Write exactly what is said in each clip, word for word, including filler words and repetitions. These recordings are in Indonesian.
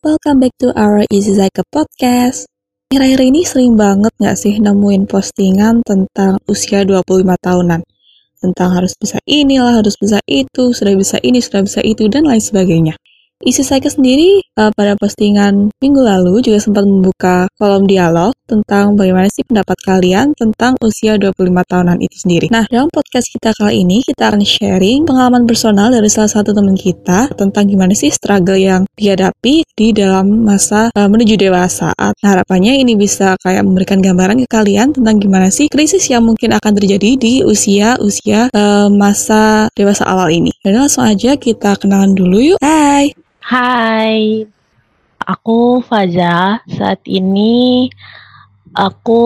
Welcome back to our Easy Cycle podcast. Akhir-akhir ini sering banget gak sih nemuin postingan tentang usia dua puluh lima tahunan. Tentang harus bisa inilah, harus bisa itu, sudah bisa ini, sudah bisa itu, dan lain sebagainya. Easy Cycle sendiri uh, pada postingan minggu lalu juga sempat membuka kolom dialog tentang bagaimana sih pendapat kalian tentang usia dua puluh lima tahunan itu sendiri. Nah, dalam podcast kita kali ini kita akan sharing pengalaman personal dari salah satu teman kita tentang gimana sih struggle yang dihadapi di dalam masa uh, menuju dewasa. Nah, harapannya ini bisa kayak memberikan gambaran ke kalian tentang gimana sih krisis yang mungkin akan terjadi di usia-usia uh, masa dewasa awal ini. Dan langsung aja kita kenalan dulu yuk. Hai! Hai, aku Faza. Saat ini aku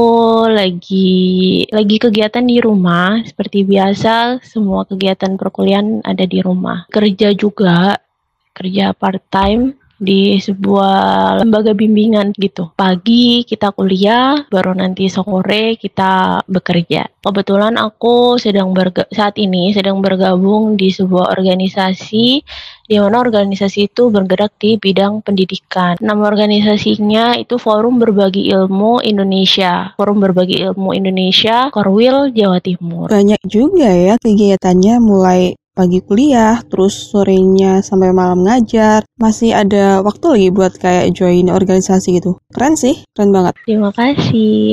lagi lagi kegiatan di rumah. Seperti biasa, semua kegiatan perkuliahan ada di rumah. Kerja juga, kerja part time di sebuah lembaga bimbingan gitu. Pagi kita kuliah, baru nanti sore kita bekerja. Kebetulan aku sedang berga- saat ini sedang bergabung di sebuah organisasi di mana organisasi itu bergerak di bidang pendidikan. Nama organisasinya itu Forum Berbagi Ilmu Indonesia. Forum Berbagi Ilmu Indonesia, Korwil, Jawa Timur. Banyak juga ya kegiatannya, mulai pagi kuliah, terus sorenya sampai malam ngajar. Masih ada waktu lagi buat kayak join organisasi gitu. Keren sih, keren banget. Terima kasih.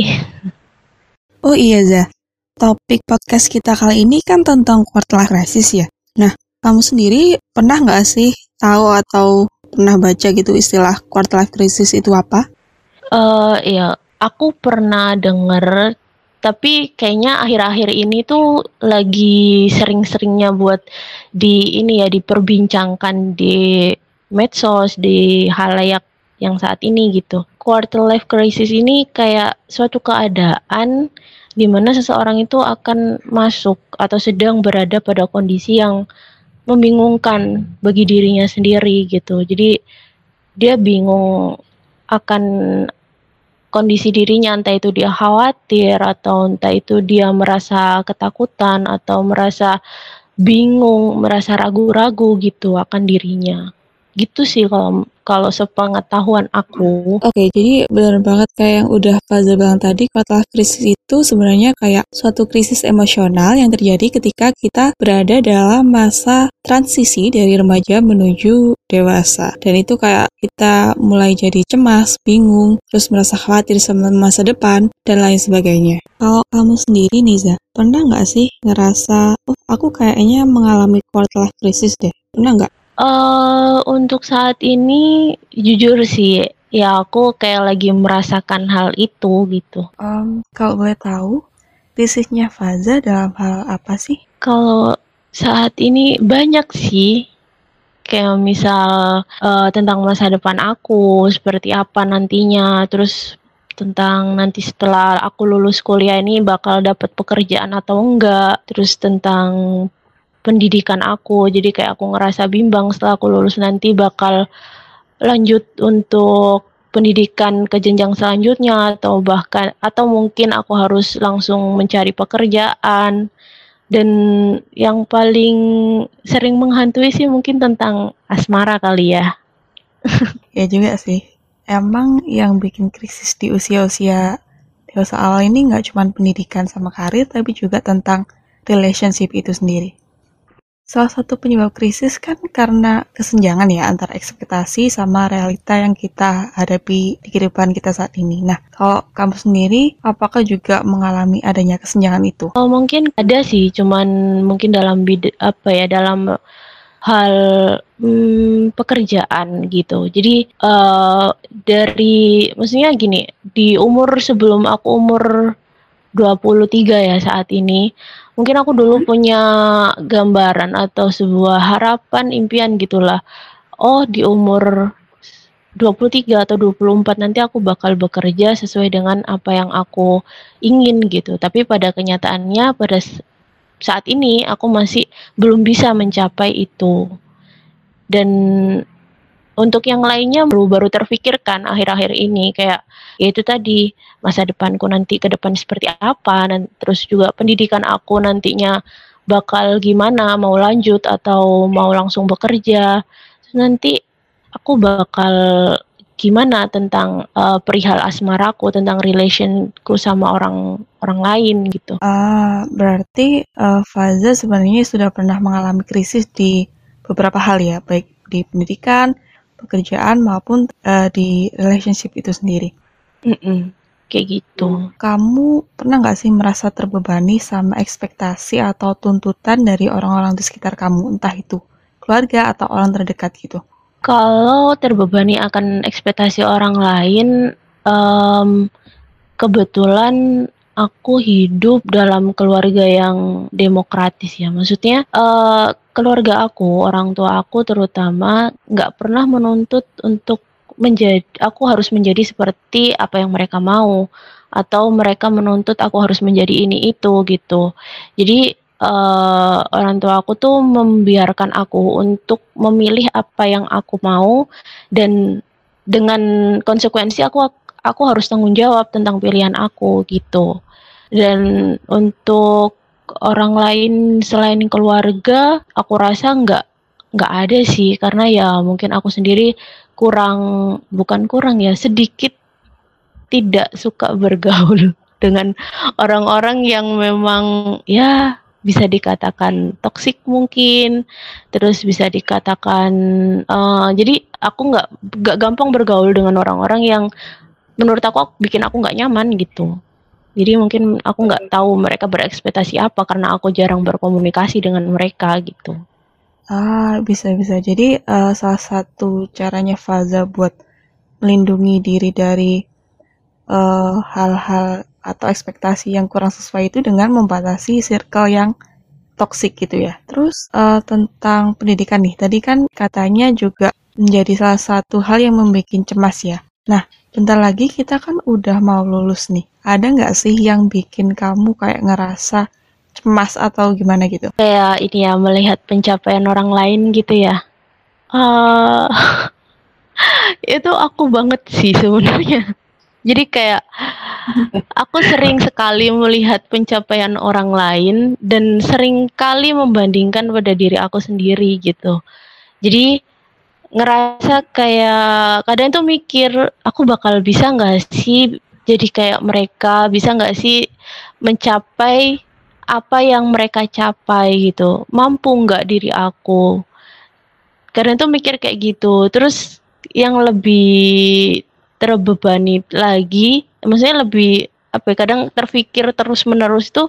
Oh iya Zah, topik podcast kita kali ini kan tentang quarter life crisis ya. Nah, kamu sendiri pernah nggak sih tahu atau pernah baca gitu istilah quarter life crisis itu apa? Eh uh, ya, aku pernah dengar, tapi kayaknya akhir-akhir ini tuh lagi sering-seringnya buat di ini ya diperbincangkan di medsos, di halayak yang saat ini gitu. Quarter life crisis ini kayak suatu keadaan di mana seseorang itu akan masuk atau sedang berada pada kondisi yang membingungkan bagi dirinya sendiri gitu. Jadi dia bingung akan kondisi dirinya, entah itu dia khawatir atau entah itu dia merasa ketakutan atau merasa bingung, merasa ragu-ragu gitu akan dirinya. Gitu sih kalau kalau sepengetahuan aku. Oke, jadi benar banget kayak yang udah Faza bilang tadi, quarter life crisis itu sebenarnya kayak suatu krisis emosional yang terjadi ketika kita berada dalam masa transisi dari remaja menuju dewasa. Dan itu kayak kita mulai jadi cemas, bingung, terus merasa khawatir sama masa depan, dan lain sebagainya. Kalau kamu sendiri Niza, pernah nggak sih ngerasa, oh aku kayaknya mengalami quarter life crisis deh? Pernah nggak? Uh, untuk saat ini jujur sih ya aku kayak lagi merasakan hal itu gitu. Um, kalau boleh tahu krisisnya Faza dalam hal apa sih? Kalau saat ini banyak sih, kayak misal uh, tentang masa depan aku seperti apa nantinya, terus tentang nanti setelah aku lulus kuliah ini bakal dapat pekerjaan atau enggak, terus tentang pendidikan aku, jadi kayak aku ngerasa bimbang setelah aku lulus nanti bakal lanjut untuk pendidikan ke jenjang selanjutnya atau bahkan atau mungkin aku harus langsung mencari pekerjaan. Dan yang paling sering menghantui sih mungkin tentang asmara kali ya. Ya juga sih, emang yang bikin krisis di usia-usia dewasa awal ini nggak cuma pendidikan sama karir, tapi juga tentang relationship itu sendiri. Salah satu penyebab krisis kan karena kesenjangan ya antara ekspektasi sama realita yang kita hadapi di kehidupan kita saat ini. Nah, kalau kamu sendiri, apakah juga mengalami adanya kesenjangan itu? Oh, mungkin ada sih, cuman mungkin dalam bid apa ya dalam hal hmm, pekerjaan gitu. Jadi uh, dari maksudnya gini, di umur sebelum aku umur dua puluh tiga ya saat ini, mungkin aku dulu punya gambaran atau sebuah harapan, impian gitulah. Oh, di umur dua puluh tiga atau dua puluh empat nanti aku bakal bekerja sesuai dengan apa yang aku ingin gitu. Tapi pada kenyataannya pada saat ini aku masih belum bisa mencapai itu. Dan untuk yang lainnya baru-baru terfikirkan akhir-akhir ini, kayak yaitu tadi masa depanku nanti ke depan seperti apa, dan terus juga pendidikan aku nantinya bakal gimana, mau lanjut atau mau langsung bekerja. Nanti aku bakal gimana tentang uh, perihal asmaraku, tentang relationku sama orang orang lain gitu. Ah, berarti uh, Faza sebenarnya sudah pernah mengalami krisis di beberapa hal ya, baik di pendidikan, pekerjaan maupun uh, di relationship itu sendiri. Mm-mm, kayak gitu. Kamu pernah nggak sih merasa terbebani sama ekspektasi atau tuntutan dari orang-orang di sekitar kamu, entah itu keluarga atau orang terdekat gitu? Kalau terbebani akan ekspektasi orang lain, um, kebetulan aku hidup dalam keluarga yang demokratis ya. Maksudnya uh, keluarga aku, orang tua aku terutama nggak pernah menuntut untuk menjadi, aku harus menjadi seperti apa yang mereka mau, atau mereka menuntut aku harus menjadi ini itu gitu. Jadi uh, orang tua aku tuh membiarkan aku untuk memilih apa yang aku mau, dan dengan konsekuensi aku aku harus tanggung jawab tentang pilihan aku gitu. Dan untuk orang lain selain keluarga, aku rasa nggak nggak ada sih, karena ya mungkin aku sendiri kurang, bukan kurang ya, sedikit tidak suka bergaul dengan orang-orang yang memang ya bisa dikatakan toksik mungkin, terus bisa dikatakan uh, jadi aku nggak nggak gampang bergaul dengan orang-orang yang menurut aku bikin aku nggak nyaman gitu. Jadi mungkin aku nggak tahu mereka berekspektasi apa karena aku jarang berkomunikasi dengan mereka gitu. Ah, bisa-bisa. Jadi uh, salah satu caranya Faza buat melindungi diri dari uh, hal-hal atau ekspektasi yang kurang sesuai itu dengan membatasi circle yang toksik gitu ya. Terus uh, tentang pendidikan nih, tadi kan katanya juga menjadi salah satu hal yang membuat cemas ya. Nah, bentar lagi kita kan udah mau lulus nih. Ada nggak sih yang bikin kamu kayak ngerasa cemas atau gimana gitu? Kayak ini ya, melihat pencapaian orang lain gitu ya. Uh, itu aku banget sih sebenarnya. Jadi kayak aku sering sekali melihat pencapaian orang lain dan sering kali membandingkan pada diri aku sendiri gitu. Jadi ngerasa kayak kadang tuh mikir, aku bakal bisa nggak sih jadi kayak mereka, bisa nggak sih mencapai apa yang mereka capai gitu, mampu nggak diri aku. Kadang tuh mikir kayak gitu. Terus yang lebih terbebani lagi, maksudnya lebih apa ya, kadang terpikir terus menerus tuh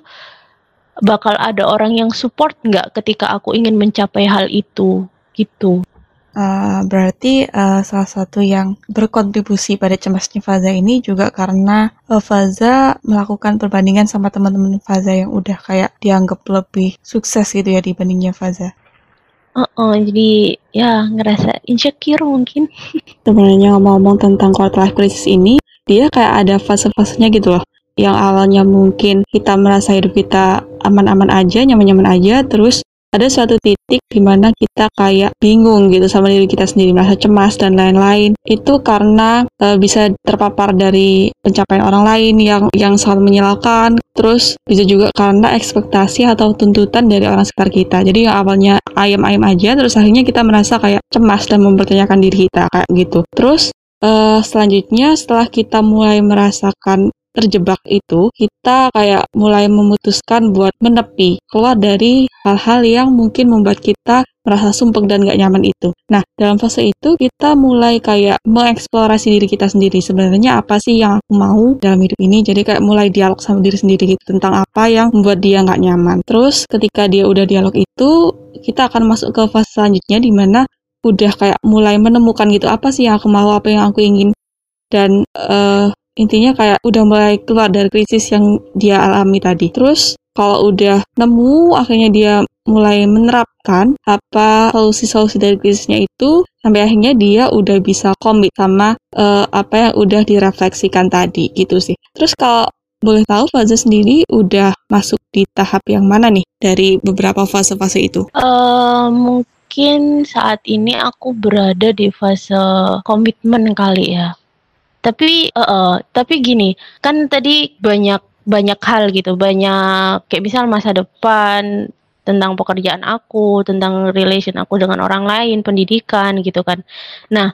bakal ada orang yang support nggak ketika aku ingin mencapai hal itu gitu. Uh, berarti uh, salah satu yang berkontribusi pada cemasnya Faza ini juga karena uh, Faza melakukan perbandingan sama teman-teman Faza yang udah kayak dianggap lebih sukses gitu ya dibandingnya Faza. Uh -uh, jadi ya ngerasa insecure mungkin. Sebenarnya ngomong-ngomong tentang quarter life crisis ini, dia kayak ada fase-fasenya gitu loh. Yang awalnya mungkin kita merasa hidup kita aman-aman aja, nyaman-nyaman aja, terus ada suatu titik di mana kita kayak bingung gitu sama diri kita sendiri, merasa cemas dan lain-lain. Itu karena e, bisa terpapar dari pencapaian orang lain yang yang sangat menyenangkan. Terus bisa juga karena ekspektasi atau tuntutan dari orang sekitar kita. Jadi yang awalnya ayam-ayam aja, terus akhirnya kita merasa kayak cemas dan mempertanyakan diri kita kayak gitu. Terus e, selanjutnya setelah kita mulai merasakan terjebak itu, kita kayak mulai memutuskan buat menepi, keluar dari hal-hal yang mungkin membuat kita merasa sumpek dan gak nyaman itu. Nah, dalam fase itu kita mulai kayak mengeksplorasi diri kita sendiri. Sebenarnya apa sih yang aku mau dalam hidup ini? Jadi kayak mulai dialog sama diri sendiri gitu, tentang apa yang membuat dia gak nyaman. Terus ketika dia udah dialog itu, kita akan masuk ke fase selanjutnya di mana udah kayak mulai menemukan gitu, apa sih yang aku mau, apa yang aku ingin. Dan uh, intinya kayak udah mulai keluar dari krisis yang dia alami tadi. Terus kalau udah nemu, akhirnya dia mulai menerapkan apa solusi-solusi dari krisisnya itu, sampai akhirnya dia udah bisa komit sama uh, apa yang udah direfleksikan tadi gitu sih. Terus kalau boleh tahu Faza sendiri udah masuk di tahap yang mana nih dari beberapa fase-fase itu? Uh, mungkin saat ini aku berada di fase komitmen kali ya. Tapi uh, uh, tapi gini, kan tadi banyak banyak hal gitu, banyak kayak misal masa depan, tentang pekerjaan aku, tentang relation aku dengan orang lain, pendidikan gitu kan. Nah,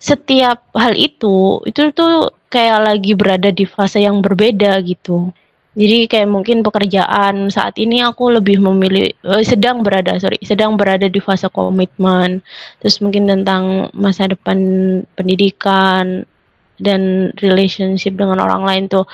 setiap hal itu, itu tuh kayak lagi berada di fase yang berbeda gitu. Jadi kayak mungkin pekerjaan saat ini aku lebih memilih eh, sedang berada sorry sedang berada di fase komitmen. Terus mungkin tentang masa depan pendidikan dan relationship dengan orang lain tuh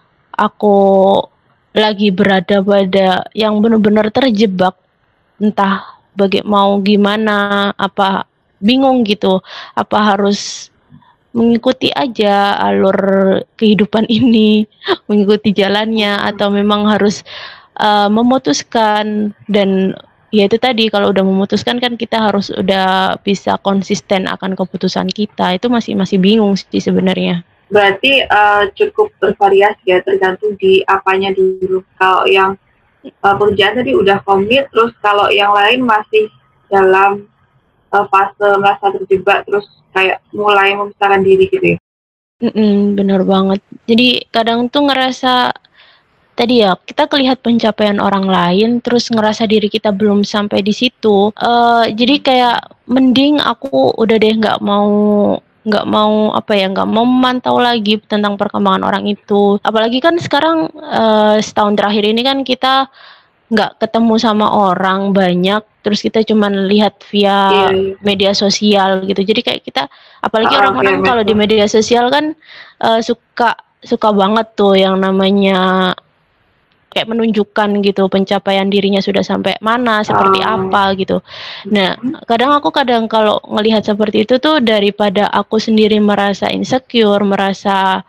aku lagi berada pada yang benar-benar terjebak, entah baga mau gimana, apa bingung gitu, apa harus mengikuti aja alur kehidupan ini, mengikuti jalannya, atau memang harus uh, memutuskan. Dan ya itu tadi, kalau udah memutuskan kan kita harus udah bisa konsisten akan keputusan kita. Itu masih masih bingung sih sebenarnya. Berarti uh, cukup bervariasi ya, tergantung di apanya dulu. Kalau yang uh, pekerjaan tadi udah komit, terus kalau yang lain masih dalam uh, fase merasa terjebak, terus kayak mulai memisahkan diri gitu ya. Mm-mm, bener banget. Jadi kadang tuh ngerasa tadi ya, kita kelihat pencapaian orang lain terus ngerasa diri kita belum sampai di situ. Uh, jadi kayak mending aku udah deh nggak mau nggak mau apa ya nggak mau memantau lagi tentang perkembangan orang itu. Apalagi kan sekarang uh, setahun terakhir ini kan kita nggak ketemu sama orang banyak, terus kita cuman lihat via Iya. media sosial gitu. Jadi kayak kita, apalagi Ah, orang-orang via kalau di medsos. media sosial kan uh, suka suka banget tuh yang namanya kayak menunjukkan gitu pencapaian dirinya sudah sampai mana, seperti Ah. apa gitu. Nah, kadang aku kadang kalau ngelihat seperti itu tuh, daripada aku sendiri merasa insecure, merasa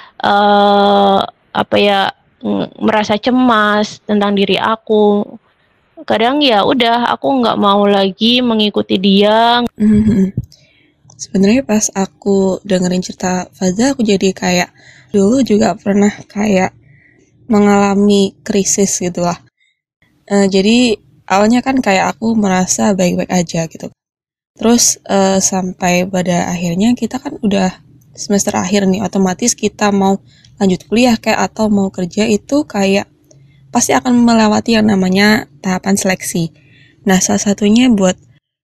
uh, apa ya ng- merasa cemas tentang diri aku, kadang ya udah aku nggak mau lagi mengikuti dia. Mhm. Sebenarnya pas aku dengerin cerita Faza, aku jadi kayak dulu juga pernah kayak mengalami krisis gitu lah. Eh, jadi awalnya kan kayak aku merasa baik-baik aja gitu. Terus eh, sampai pada akhirnya kita kan udah semester akhir nih, otomatis kita mau lanjut kuliah kayak atau mau kerja itu kayak pasti akan melewati yang namanya tahapan seleksi. Nah, salah satunya buat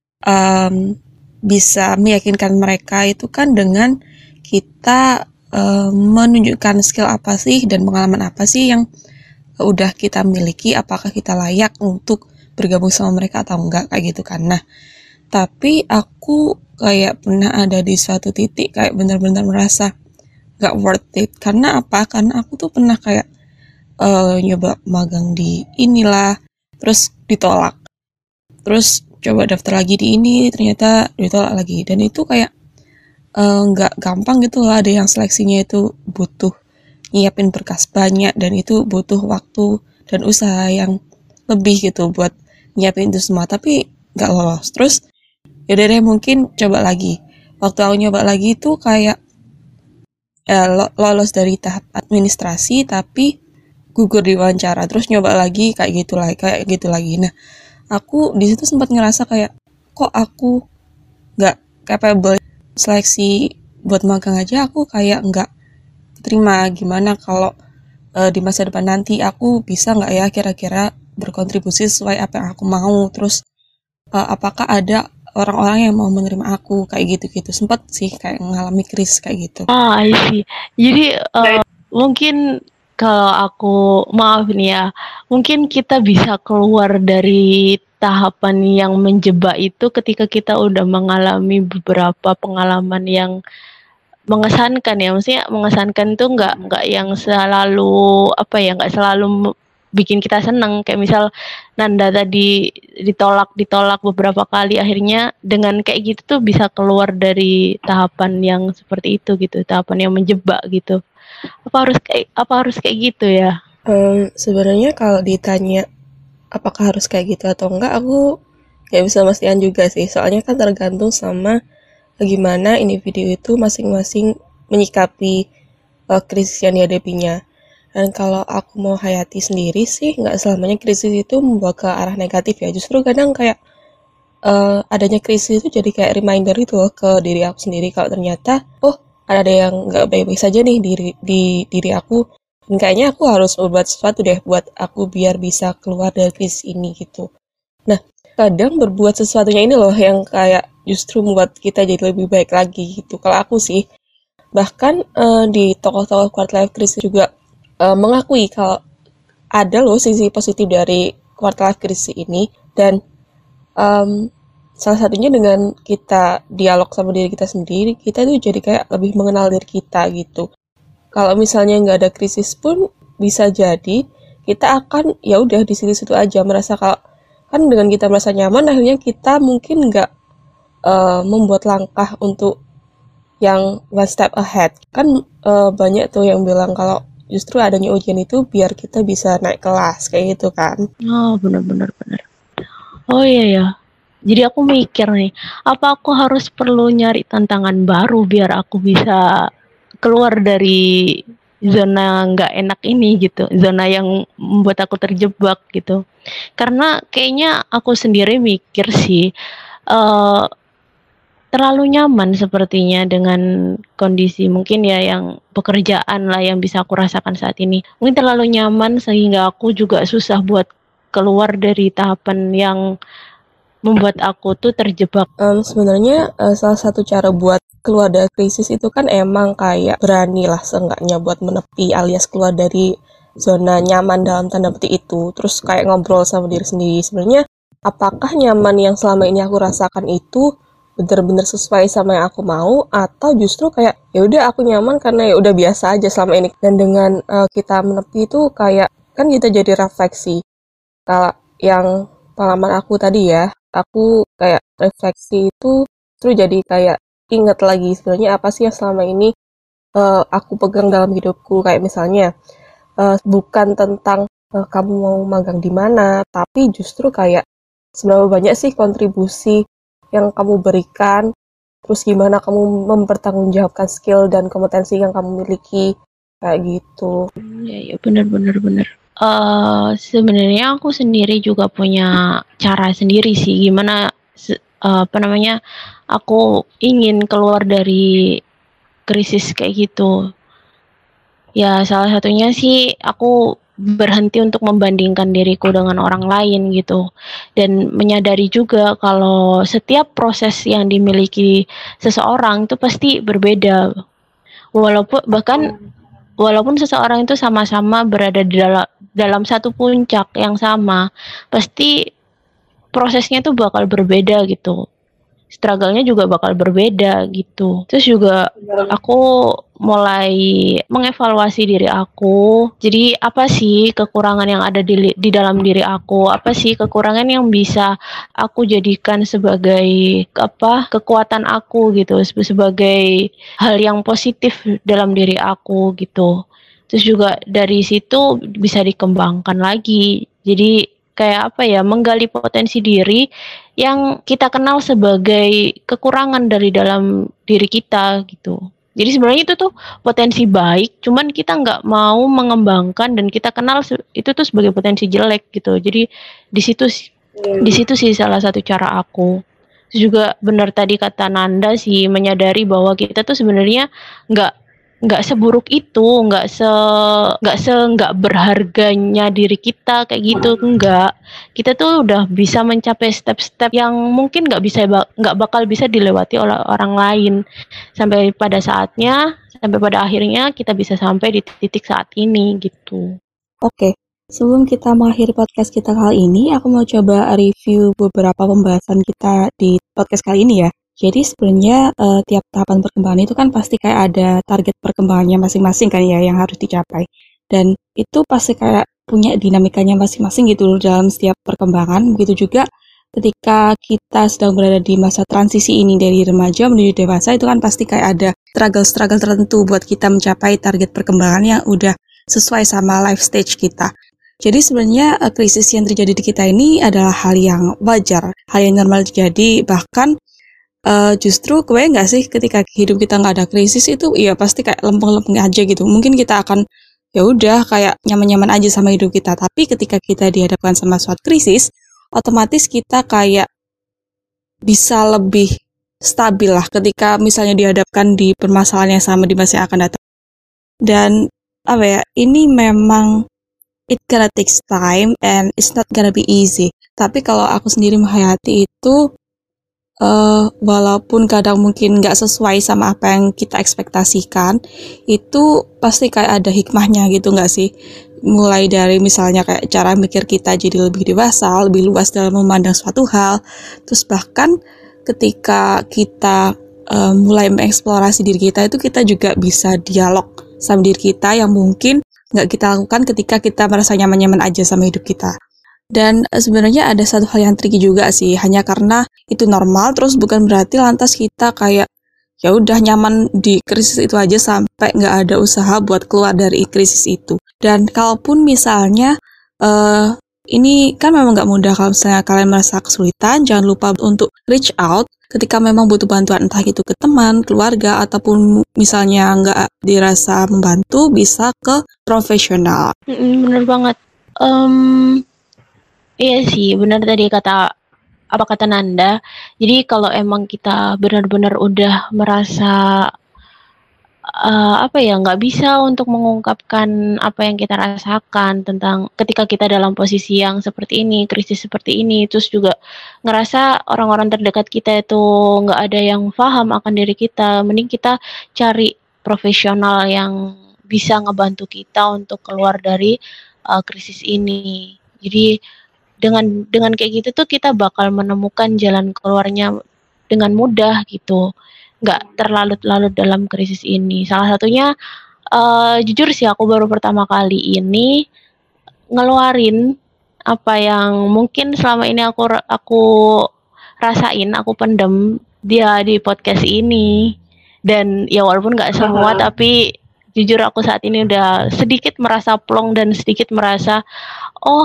um, bisa meyakinkan mereka itu kan dengan kita um, menunjukkan skill apa sih dan pengalaman apa sih yang udah kita miliki, apakah kita layak untuk bergabung sama mereka atau enggak, kayak gitu kan. Nah, tapi aku kayak pernah ada di suatu titik kayak benar-benar merasa gak worth it. Karena apa? Karena aku tuh pernah kayak uh, nyoba magang di inilah, terus ditolak. Terus coba daftar lagi di ini, ternyata ditolak lagi. Dan itu kayak uh, gak gampang gitu lah, ada yang seleksinya itu butuh nyiapin berkas banyak, dan itu butuh waktu dan usaha yang lebih gitu buat nyiapin itu semua, tapi gak lolos. Terus yaudah deh, mungkin coba lagi. Waktu aku nyoba lagi itu kayak eh, lolos dari tahap administrasi tapi gugur di wawancara, terus nyoba lagi kayak gitu lagi kayak gitu lagi. Nah, aku di situ sempat ngerasa kayak kok aku nggak capable seleksi buat magang aja, aku kayak nggak terima. Gimana kalau uh, di masa depan nanti aku bisa nggak ya kira-kira berkontribusi sesuai apa yang aku mau, terus uh, apakah ada orang-orang yang mau menerima aku, kayak gitu-gitu. Sempat sih kayak mengalami krisis kayak gitu. Ah, I see. Jadi uh, mungkin kalau aku maaf nih ya, mungkin kita bisa keluar dari tahapan yang menjebak itu ketika kita udah mengalami beberapa pengalaman yang mengesankan ya. Maksudnya mengesankan tuh nggak nggak yang selalu apa ya, nggak selalu bikin kita seneng. Kayak misal Nanda tadi ditolak ditolak beberapa kali, akhirnya dengan kayak gitu tuh bisa keluar dari tahapan yang seperti itu gitu, tahapan yang menjebak gitu. Apa harus kayak apa harus kayak gitu ya? Um, sebenarnya kalau ditanya apakah harus kayak gitu atau enggak, aku nggak bisa memastikan juga sih. Soalnya kan tergantung sama gimana individu itu masing-masing menyikapi uh, krisis yang dihadapinya. Dan kalau aku mau hayati sendiri sih, nggak selamanya krisis itu membawa ke arah negatif ya. Justru kadang kayak uh, adanya krisis itu jadi kayak reminder itu loh ke diri aku sendiri, kalau ternyata oh ada yang nggak baik-baik saja nih di, di diri aku, dan kayaknya aku harus berbuat sesuatu deh buat aku biar bisa keluar dari krisis ini gitu. Nah, kadang berbuat sesuatunya ini loh yang kayak justru membuat kita jadi lebih baik lagi gitu. Kalau aku sih, bahkan uh, di tokoh-tokoh quarter life crisis juga uh, mengakui kalau ada loh sisi positif dari quarter life crisis ini, dan um, salah satunya dengan kita dialog sama diri kita sendiri, kita tuh jadi kayak lebih mengenal diri kita gitu. Kalau misalnya nggak ada krisis pun bisa jadi kita akan ya udah di situ-situ aja merasa kalau kan dengan kita merasa nyaman akhirnya kita mungkin nggak uh, membuat langkah untuk yang one step ahead. Kan uh, banyak tuh yang bilang kalau justru adanya ujian itu biar kita bisa naik kelas kayak gitu kan. Oh, benar-benar benar. Oh iya ya. Jadi aku mikir nih, apa aku harus perlu nyari tantangan baru biar aku bisa keluar dari zona nggak enak ini gitu, zona yang membuat aku terjebak gitu. Karena kayaknya aku sendiri mikir sih, uh, terlalu nyaman sepertinya dengan kondisi mungkin ya yang pekerjaan lah yang bisa aku rasakan saat ini. Mungkin terlalu nyaman sehingga aku juga susah buat keluar dari tahapan yang membuat aku tuh terjebak. Um, sebenarnya uh, salah satu cara buat keluar dari krisis itu kan emang kayak berani lah seenggaknya buat menepi alias keluar dari zona nyaman dalam tanda petik itu. Terus kayak ngobrol sama diri sendiri. Sebenarnya apakah nyaman yang selama ini aku rasakan itu benar-benar sesuai sama yang aku mau, atau justru kayak ya udah aku nyaman karena ya udah biasa aja selama ini. Dan dengan uh, kita menepi itu kayak kan kita jadi refleksi. Kalau yang pengalaman aku tadi ya, aku kayak refleksi itu terus jadi kayak inget lagi sebenarnya apa sih yang selama ini uh, aku pegang dalam hidupku. Kayak misalnya uh, bukan tentang uh, kamu mau magang di mana, tapi justru kayak seberapa banyak sih kontribusi yang kamu berikan, terus gimana kamu mempertanggungjawabkan skill dan kompetensi yang kamu miliki, kayak gitu. Ya, ya benar-benar benar. Uh, sebenarnya aku sendiri juga punya cara sendiri sih gimana uh, apa namanya aku ingin keluar dari krisis kayak gitu. Ya salah satunya sih aku berhenti untuk membandingkan diriku dengan orang lain gitu, dan menyadari juga kalau setiap proses yang dimiliki seseorang itu pasti berbeda, walaupun bahkan walaupun seseorang itu sama-sama berada di dalam dalam satu puncak yang sama, pasti prosesnya tuh bakal berbeda gitu, struggle-nya juga bakal berbeda gitu. Terus juga aku mulai mengevaluasi diri aku. Jadi apa sih kekurangan yang ada di, di dalam diri aku? Apa sih kekurangan yang bisa aku jadikan sebagai apa kekuatan aku gitu, sebagai hal yang positif dalam diri aku gitu. Terus juga dari situ bisa dikembangkan lagi. Jadi kayak apa ya, menggali potensi diri yang kita kenal sebagai kekurangan dari dalam diri kita gitu. Jadi sebenarnya itu tuh potensi baik, cuman kita nggak mau mengembangkan dan kita kenal itu tuh sebagai potensi jelek gitu. Jadi di situ di situ sih salah satu cara aku. Terus juga benar tadi kata Nanda sih, menyadari bahwa kita tuh sebenarnya nggak nggak seburuk itu, nggak se nggak se nggak berharganya diri kita kayak gitu, enggak. Kita tuh udah bisa mencapai step-step yang mungkin nggak bisa nggak bakal bisa dilewati oleh orang lain, sampai pada saatnya sampai pada akhirnya kita bisa sampai di titik saat ini gitu. Oke, sebelum kita mengakhiri podcast kita kali ini, aku mau coba review beberapa pembahasan kita di podcast kali ini ya. Jadi sebenarnya uh, tiap tahapan perkembangan itu kan pasti kayak ada target perkembangannya masing-masing kan ya yang harus dicapai. Dan itu pasti kayak punya dinamikanya masing-masing gitu loh dalam setiap perkembangan. Begitu juga ketika kita sedang berada di masa transisi ini dari remaja menuju dewasa, itu kan pasti kayak ada struggle-struggle tertentu buat kita mencapai target perkembangan yang udah sesuai sama life stage kita. Jadi sebenarnya uh, krisis yang terjadi di kita ini adalah hal yang wajar, hal yang normal terjadi. Bahkan Uh, justru kebayang nggak sih ketika hidup kita nggak ada krisis itu ya pasti kayak lempeng-lempeng aja gitu. Mungkin kita akan ya udah kayak nyaman-nyaman aja sama hidup kita. Tapi ketika kita dihadapkan sama suatu krisis, otomatis kita kayak bisa lebih stabil lah ketika misalnya dihadapkan di permasalahan yang sama di masa yang akan datang. Dan apa ya, ini memang it gonna takes time and it's not gonna be easy. Tapi kalau aku sendiri menghayati itu uh, walaupun kadang mungkin nggak sesuai sama apa yang kita ekspektasikan, itu pasti kayak ada hikmahnya gitu nggak sih? Mulai dari misalnya kayak cara mikir kita jadi lebih dewasa, lebih luas dalam memandang suatu hal, terus bahkan ketika kita uh, mulai mengeksplorasi diri kita, itu kita juga bisa dialog sama diri kita yang mungkin nggak kita lakukan ketika kita merasa nyaman-nyaman aja sama hidup kita. Dan sebenarnya ada satu hal yang tricky juga sih, hanya karena itu normal, terus bukan berarti lantas kita kayak ya udah nyaman di krisis itu aja sampai nggak ada usaha buat keluar dari krisis itu. Dan kalaupun misalnya uh, ini kan memang nggak mudah, kalau misalnya kalian merasa kesulitan, jangan lupa untuk reach out ketika memang butuh bantuan, entah itu ke teman, keluarga, ataupun misalnya nggak dirasa membantu, bisa ke profesional. Mm, bener banget. Um, iya sih, benar tadi kata apa kata Nanda. Jadi kalau emang kita benar-benar udah merasa uh, apa ya nggak bisa untuk mengungkapkan apa yang kita rasakan tentang ketika kita dalam posisi yang seperti ini, krisis seperti ini, terus juga ngerasa orang-orang terdekat kita itu nggak ada yang paham akan diri kita, mending kita cari profesional yang bisa ngebantu kita untuk keluar dari uh, krisis ini. Jadi dengan dengan kayak gitu tuh kita bakal menemukan jalan keluarnya dengan mudah gitu, nggak terlalu-lalu dalam krisis ini. Salah satunya uh, jujur sih aku baru pertama kali ini ngeluarin apa yang mungkin selama ini aku aku rasain, aku pendem dia di podcast ini. Dan ya walaupun nggak semua, Uh-huh. tapi jujur aku saat ini udah sedikit merasa plong dan sedikit merasa oh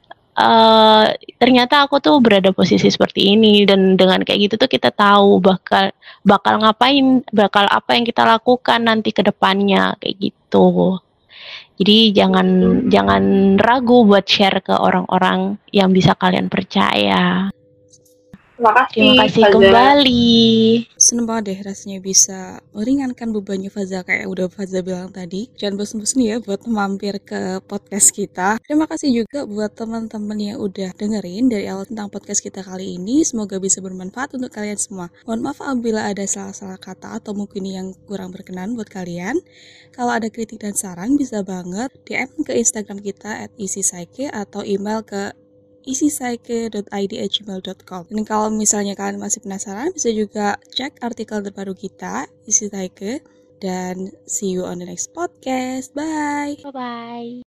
Uh, ternyata aku tuh berada posisi seperti ini, dan dengan kayak gitu tuh kita tahu bakal bakal ngapain, bakal apa yang kita lakukan nanti ke depannya kayak gitu. Jadi jangan Hmm. jangan ragu buat share ke orang-orang yang bisa kalian percaya. Terima kasih, Terima kasih Faza. kembali. Seneng banget deh rasanya bisa meringankan bebannya Faza kayak udah Faza bilang tadi. Jangan bosan-bosan ya buat mampir ke podcast kita. Terima kasih juga buat teman-teman yang udah dengerin dari awal tentang podcast kita kali ini. Semoga bisa bermanfaat untuk kalian semua. Mohon maaf apabila ada salah-salah kata atau mungkin yang kurang berkenan buat kalian. Kalau ada kritik dan saran bisa banget D M ke Instagram kita at easypsyche atau email ke easypsyche dot i d at gmail dot com. Dan kalau misalnya kalian masih penasaran, bisa juga cek artikel terbaru kita, Easy Psyche. Dan see you on the next podcast. Bye! Bye-bye.